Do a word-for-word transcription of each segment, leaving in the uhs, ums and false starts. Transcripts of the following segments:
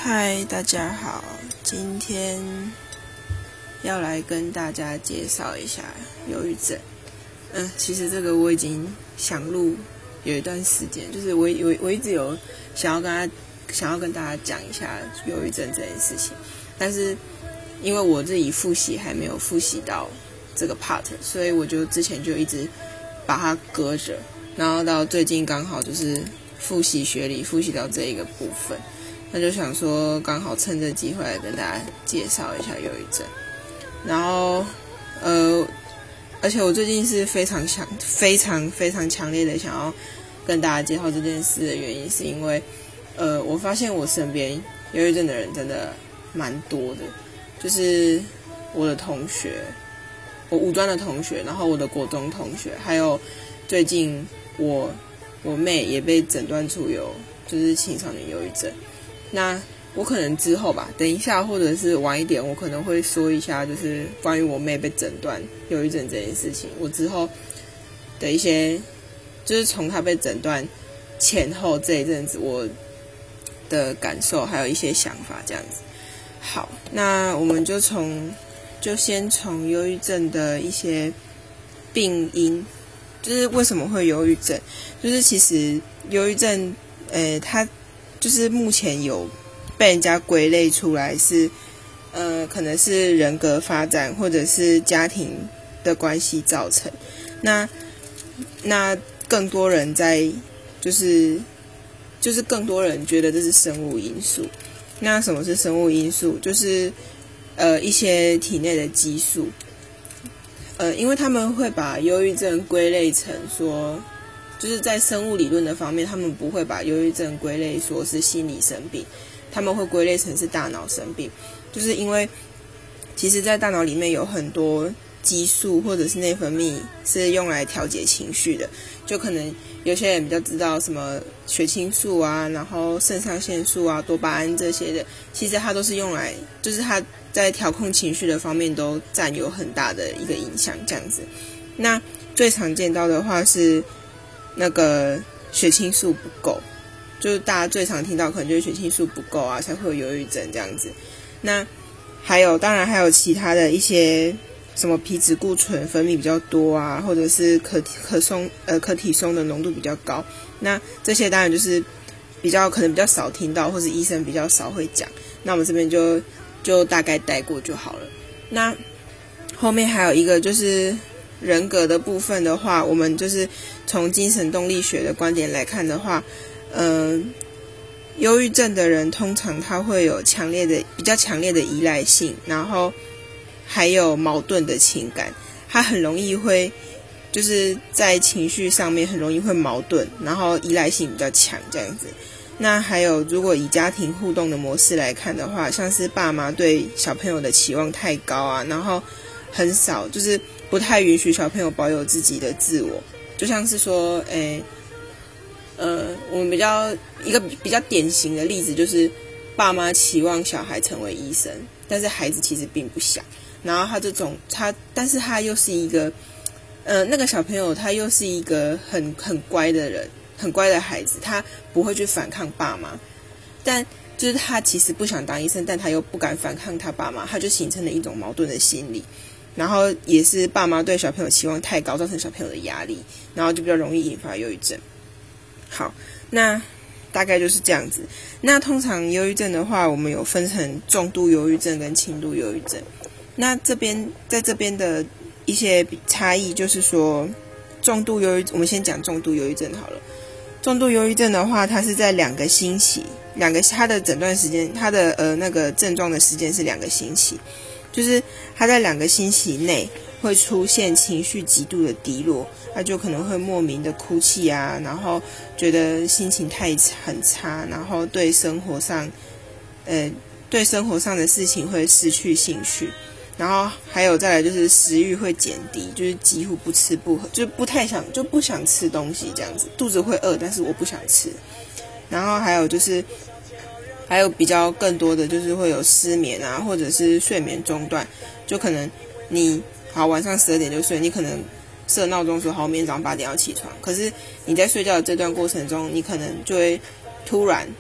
嗨，大家好，今天要来跟大家介绍一下忧郁症。嗯，其实这个我已经想录有一段时间，就是我我我一直有想要跟他想要跟大家讲一下忧郁症这件事情，但是因为我自己复习还没有复习到这个 part， 所以我就之前就一直把它搁着，然后到最近刚好就是复习学理复习到这一个部分。那就想说刚好趁这机会来跟大家介绍一下忧郁症。然后呃而且我最近是非常想非常非常强烈的想要跟大家介绍这件事的原因，是因为呃我发现我身边忧郁症的人真的蛮多的，就是我的同学，我五专的同学，然后我的国中同学，还有最近我我妹也被诊断出有就是青少年忧郁症。那我可能之后吧，等一下或者是晚一点，我可能会说一下，就是关于我妹被诊断忧郁症这件事情，我之后的一些，就是从她被诊断前后这一阵子我的感受，还有一些想法这样子。好，那我们就从就先从忧郁症的一些病因，就是为什么会忧郁症，就是其实忧郁症，呃，它就是目前有被人家归类出来是，呃，可能是人格发展或者是家庭的关系造成。那那更多人在就是就是更多人觉得这是生物因素。那什么是生物因素？就是呃一些体内的激素，呃，因为他们会把忧郁症归类成说。就是在生物理论的方面，他们不会把忧郁症归类说是心理生病，他们会归类成是大脑生病。就是因为其实在大脑里面有很多激素或者是内分泌是用来调节情绪的，就可能有些人比较知道什么血清素啊，然后肾上腺素啊，多巴胺这些的，其实它都是用来，就是它在调控情绪的方面都占有很大的一个影响这样子。那最常见到的话是那个血清素不够，就是大家最常听到可能就是血清素不够啊，才会有忧郁症这样子。那还有当然还有其他的一些什么皮质固醇分泌比较多啊，或者是可可松呃可体松的浓度比较高，那这些当然就是比较可能比较少听到，或是医生比较少会讲，那我们这边就就大概带过就好了。那后面还有一个就是人格的部分的话，我们就是从精神动力学的观点来看的话，嗯、呃，忧郁症的人通常他会有强烈的、比较强烈的依赖性，然后还有矛盾的情感，他很容易会就是在情绪上面很容易会矛盾，然后依赖性比较强这样子。那还有如果以家庭互动的模式来看的话，像是爸妈对小朋友的期望太高啊，然后很少就是不太允许小朋友保有自己的自我，就像是说，诶，呃，我们比较一个比较典型的例子就是爸妈期望小孩成为医生，但是孩子其实并不想。然后他这种他，但是他又是一个，呃，那个小朋友他又是一个很很乖的人，很乖的孩子，他不会去反抗爸妈，但就是他其实不想当医生，但他又不敢反抗他爸妈，他就形成了一种矛盾的心理。然后也是爸妈对小朋友期望太高，造成小朋友的压力，然后就比较容易引发忧郁症。好，那大概就是这样子。那通常忧郁症的话，我们有分成重度忧郁症跟轻度忧郁症。那这边在这边的一些差异就是说，重度忧郁，我们先讲重度忧郁症好了。重度忧郁症的话，它是在两个星期，两个它的诊断时间，它的呃那个症状的时间是两个星期。就是他在两个星期内会出现情绪极度的低落，他就可能会莫名的哭泣啊，然后觉得心情太很差，然后对生活上，呃，对生活上的事情会失去兴趣，然后还有再来就是食欲会减低，就是几乎不吃不喝，就不太想就不想吃东西这样子，肚子会饿，但是我不想吃，然后还有就是。还有比较更多的就是会有失眠啊，或者是睡眠中断，就可能你好晚上十二点就睡，你可能设闹钟说好明天早上八点要起床，可是你在睡觉的这段过程中，你可能就会突然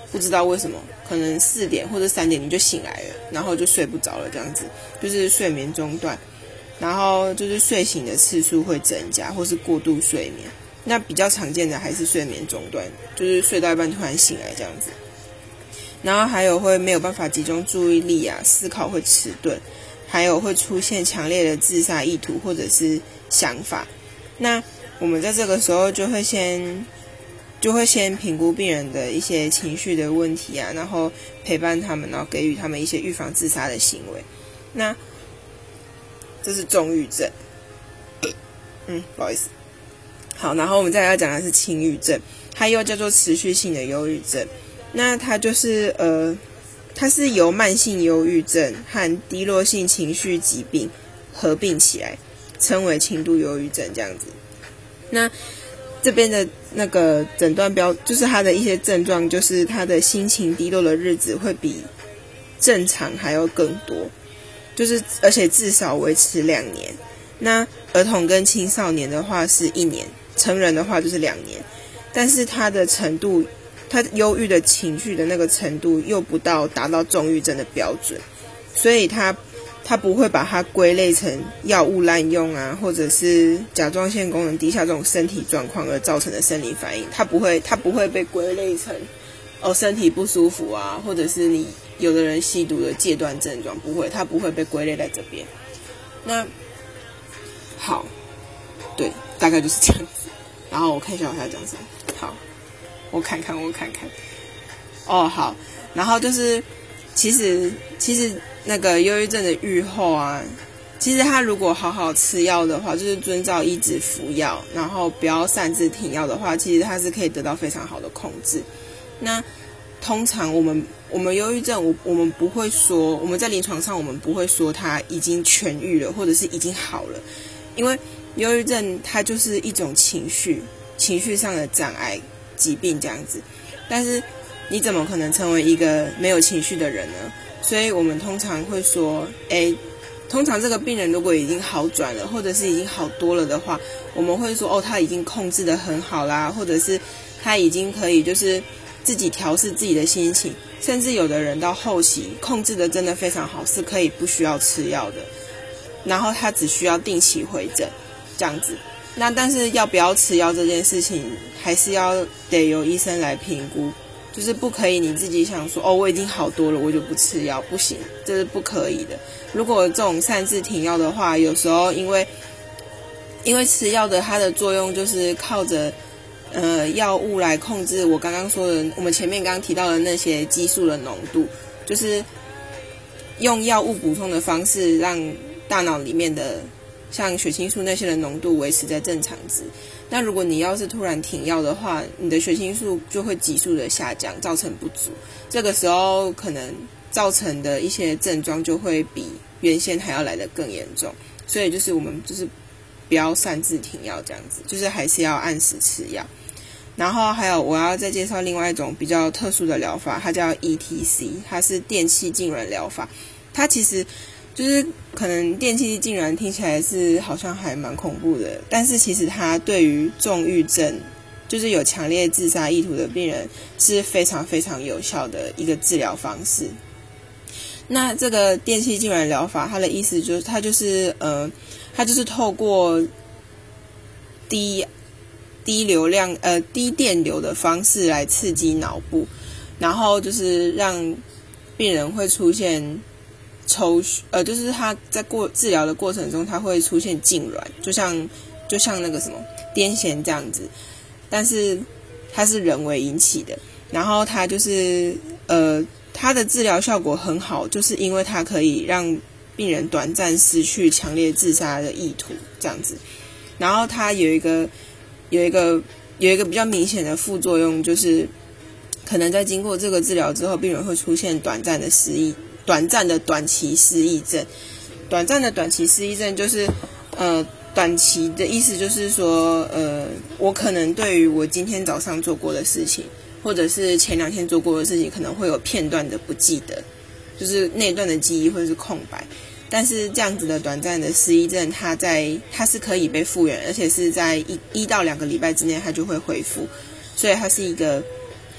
不知道为什么，可能四点或者三点你就醒来了，然后就睡不着了，这样子就是睡眠中断，然后就是睡醒的次数会增加，或是过度睡眠。那比较常见的还是睡眠中断，就是睡到一半突然醒来这样子。然后还有会没有办法集中注意力啊，思考会迟钝，还有会出现强烈的自杀意图或者是想法。那我们在这个时候就会先就会先评估病人的一些情绪的问题啊，然后陪伴他们，然后给予他们一些预防自杀的行为。那这是重郁症，嗯，不好意思。好，然后我们再来要讲的是轻郁症，它又叫做持续性的忧郁症。那它就是呃，它是由慢性忧郁症和低落性情绪疾病合并起来，称为轻度忧郁症这样子。那这边的那个诊断标，就是它的一些症状，就是他的心情低落的日子会比正常还要更多，就是而且至少维持两年。那儿童跟青少年的话是一年，成人的话就是两年，但是他的程度，他忧郁的情绪的那个程度又不到达到重郁症的标准，所以他他不会把它归类成药物滥用啊，或者是甲状腺功能低下这种身体状况而造成的生理反应，他不会他不会被归类成哦身体不舒服啊，或者是你有的人吸毒的戒断症状，不会，他不会被归类在这边。那好，对，大概就是这样子。然后我看一下我还要讲什么。好，我看看我看看。哦，好，然后就是其实其实那个忧郁症的预后啊，其实他如果好好吃药的话，就是遵照医嘱服药，然后不要擅自停药的话，其实他是可以得到非常好的控制。那通常我们我们忧郁症，我我们不会说，我们在临床上我们不会说他已经痊愈了，或者是已经好了，因为忧郁症它就是一种情绪情绪上的障碍疾病这样子，但是你怎么可能成为一个没有情绪的人呢？所以我们通常会说，诶，通常这个病人如果已经好转了，或者是已经好多了的话，我们会说，哦，他已经控制得很好啦，或者是他已经可以就是自己调试自己的心情，甚至有的人到后期控制得真的非常好，是可以不需要吃药的，然后他只需要定期回诊这样子。那但是要不要吃药这件事情，还是要得由医生来评估，就是不可以你自己想说，哦，我已经好多了，我就不吃药，不行，这是不可以的。如果这种擅自停药的话，有时候因为因为吃药的它的作用就是靠着呃药物来控制我刚刚说的，我们前面刚刚提到的那些激素的浓度，就是用药物补充的方式让大脑里面的像血清素那些的浓度维持在正常值。那如果你要是突然停药的话，你的血清素就会急速的下降，造成不足，这个时候可能造成的一些症状就会比原先还要来得更严重。所以就是我们就是不要擅自停药这样子，就是还是要按时吃药。然后还有我要再介绍另外一种比较特殊的疗法，它叫 E T C， 它是电气痉挛疗法。它其实就是可能电气痉挛听起来是好像还蛮恐怖的，但是其实它对于重郁症，就是有强烈自杀意图的病人是非常非常有效的一个治疗方式。那这个电气痉挛疗法，它的意思就是它就是呃，它就是透过低低流量呃低电流的方式来刺激脑部，然后就是让病人会出现抽呃，就是他在过治疗的过程中，他会出现痉挛，就像就像那个什么癫痫这样子，但是它是人为引起的。然后它就是呃，它的治疗效果很好，就是因为它可以让病人短暂失去强烈自杀的意图这样子。然后它有一个有一个有一个比较明显的副作用，就是可能在经过这个治疗之后，病人会出现短暂的失忆。短暂的短期失忆症，短暂的短期失忆症就是呃短期的意思就是说呃我可能对于我今天早上做过的事情，或者是前两天做过的事情，可能会有片段的不记得，就是那段的记忆会是空白。但是这样子的短暂的失忆症，它在它是可以被复原，而且是在一一到两个礼拜之内它就会恢复，所以它是一个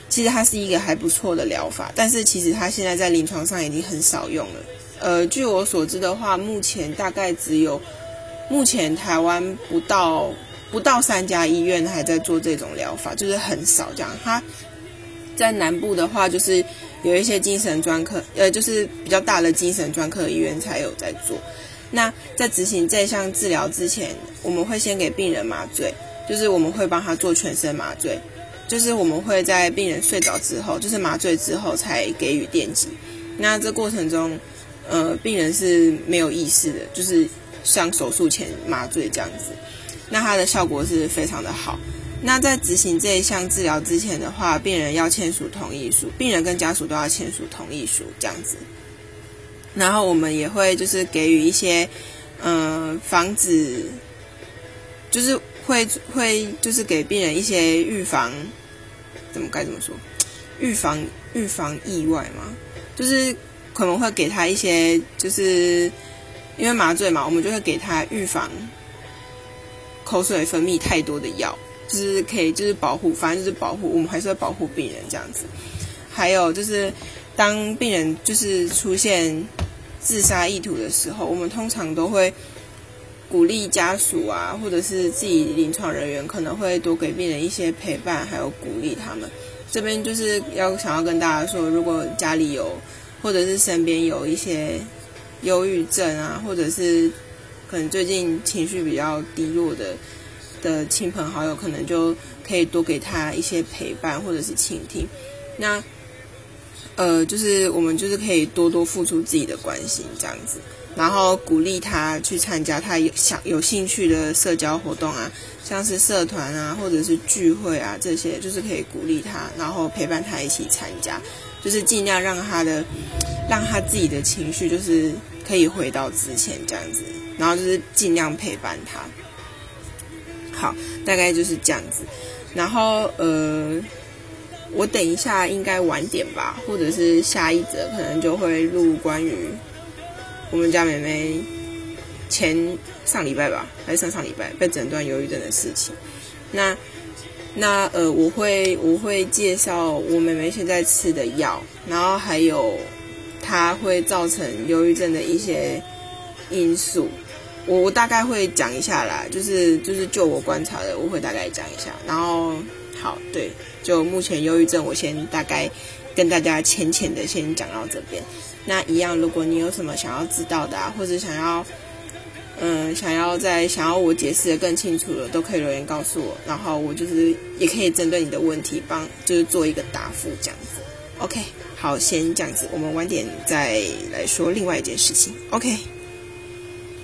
其实它是一个还不错的疗法，但是其实它现在在临床上已经很少用了。呃，据我所知的话，目前大概只有目前台湾不到不到三家医院还在做这种疗法，就是很少这样。它在南部的话，就是有一些精神专科，呃，就是比较大的精神专科医院才有在做。那在执行这项治疗之前，我们会先给病人麻醉，就是我们会帮他做全身麻醉，就是我们会在病人睡着之后，就是麻醉之后才给予电击。那这过程中，呃，病人是没有意识的，就是像手术前麻醉这样子。那它的效果是非常的好。那在执行这一项治疗之前的话，病人要签署同意书，病人跟家属都要签署同意书这样子。然后我们也会就是给予一些，嗯、呃，防止，就是会会就是给病人一些预防，怎么该怎么说，预防预防意外嘛，就是可能会给他一些，就是因为麻醉嘛，我们就会给他预防口水分泌太多的药，就是可以就是保护，反正就是保护，我们还是会保护病人这样子。还有就是当病人就是出现自杀意图的时候，我们通常都会鼓励家属啊，或者是自己临床人员可能会多给病人一些陪伴，还有鼓励他们。这边就是要想要跟大家说，如果家里有或者是身边有一些忧郁症啊，或者是可能最近情绪比较低落的的亲朋好友，可能就可以多给他一些陪伴或者是倾听。那呃，就是我们就是可以多多付出自己的关心这样子，然后鼓励他去参加他有想有兴趣的社交活动啊，像是社团啊或者是聚会啊，这些就是可以鼓励他，然后陪伴他一起参加，就是尽量让他的让他自己的情绪就是可以回到之前这样子，然后就是尽量陪伴他。好，大概就是这样子。然后呃我等一下应该晚点吧，或者是下一则可能就会录关于我们家妹妹前上礼拜吧，还是上上礼拜被诊断忧郁症的事情。那那呃，我会我会介绍我妹妹现在吃的药，然后还有它会造成忧郁症的一些因素，我我大概会讲一下啦，就是就是就我观察的，我会大概讲一下。然后好，对，就目前忧郁症，我先大概跟大家浅浅的先讲到这边。那一样，如果你有什么想要知道的啊，或者想要，嗯，想要在想要我解释的更清楚的，都可以留言告诉我，然后我就是也可以针对你的问题帮，就是做一个答复这样子。OK， 好，先这样子，我们晚点再来说另外一件事情。OK。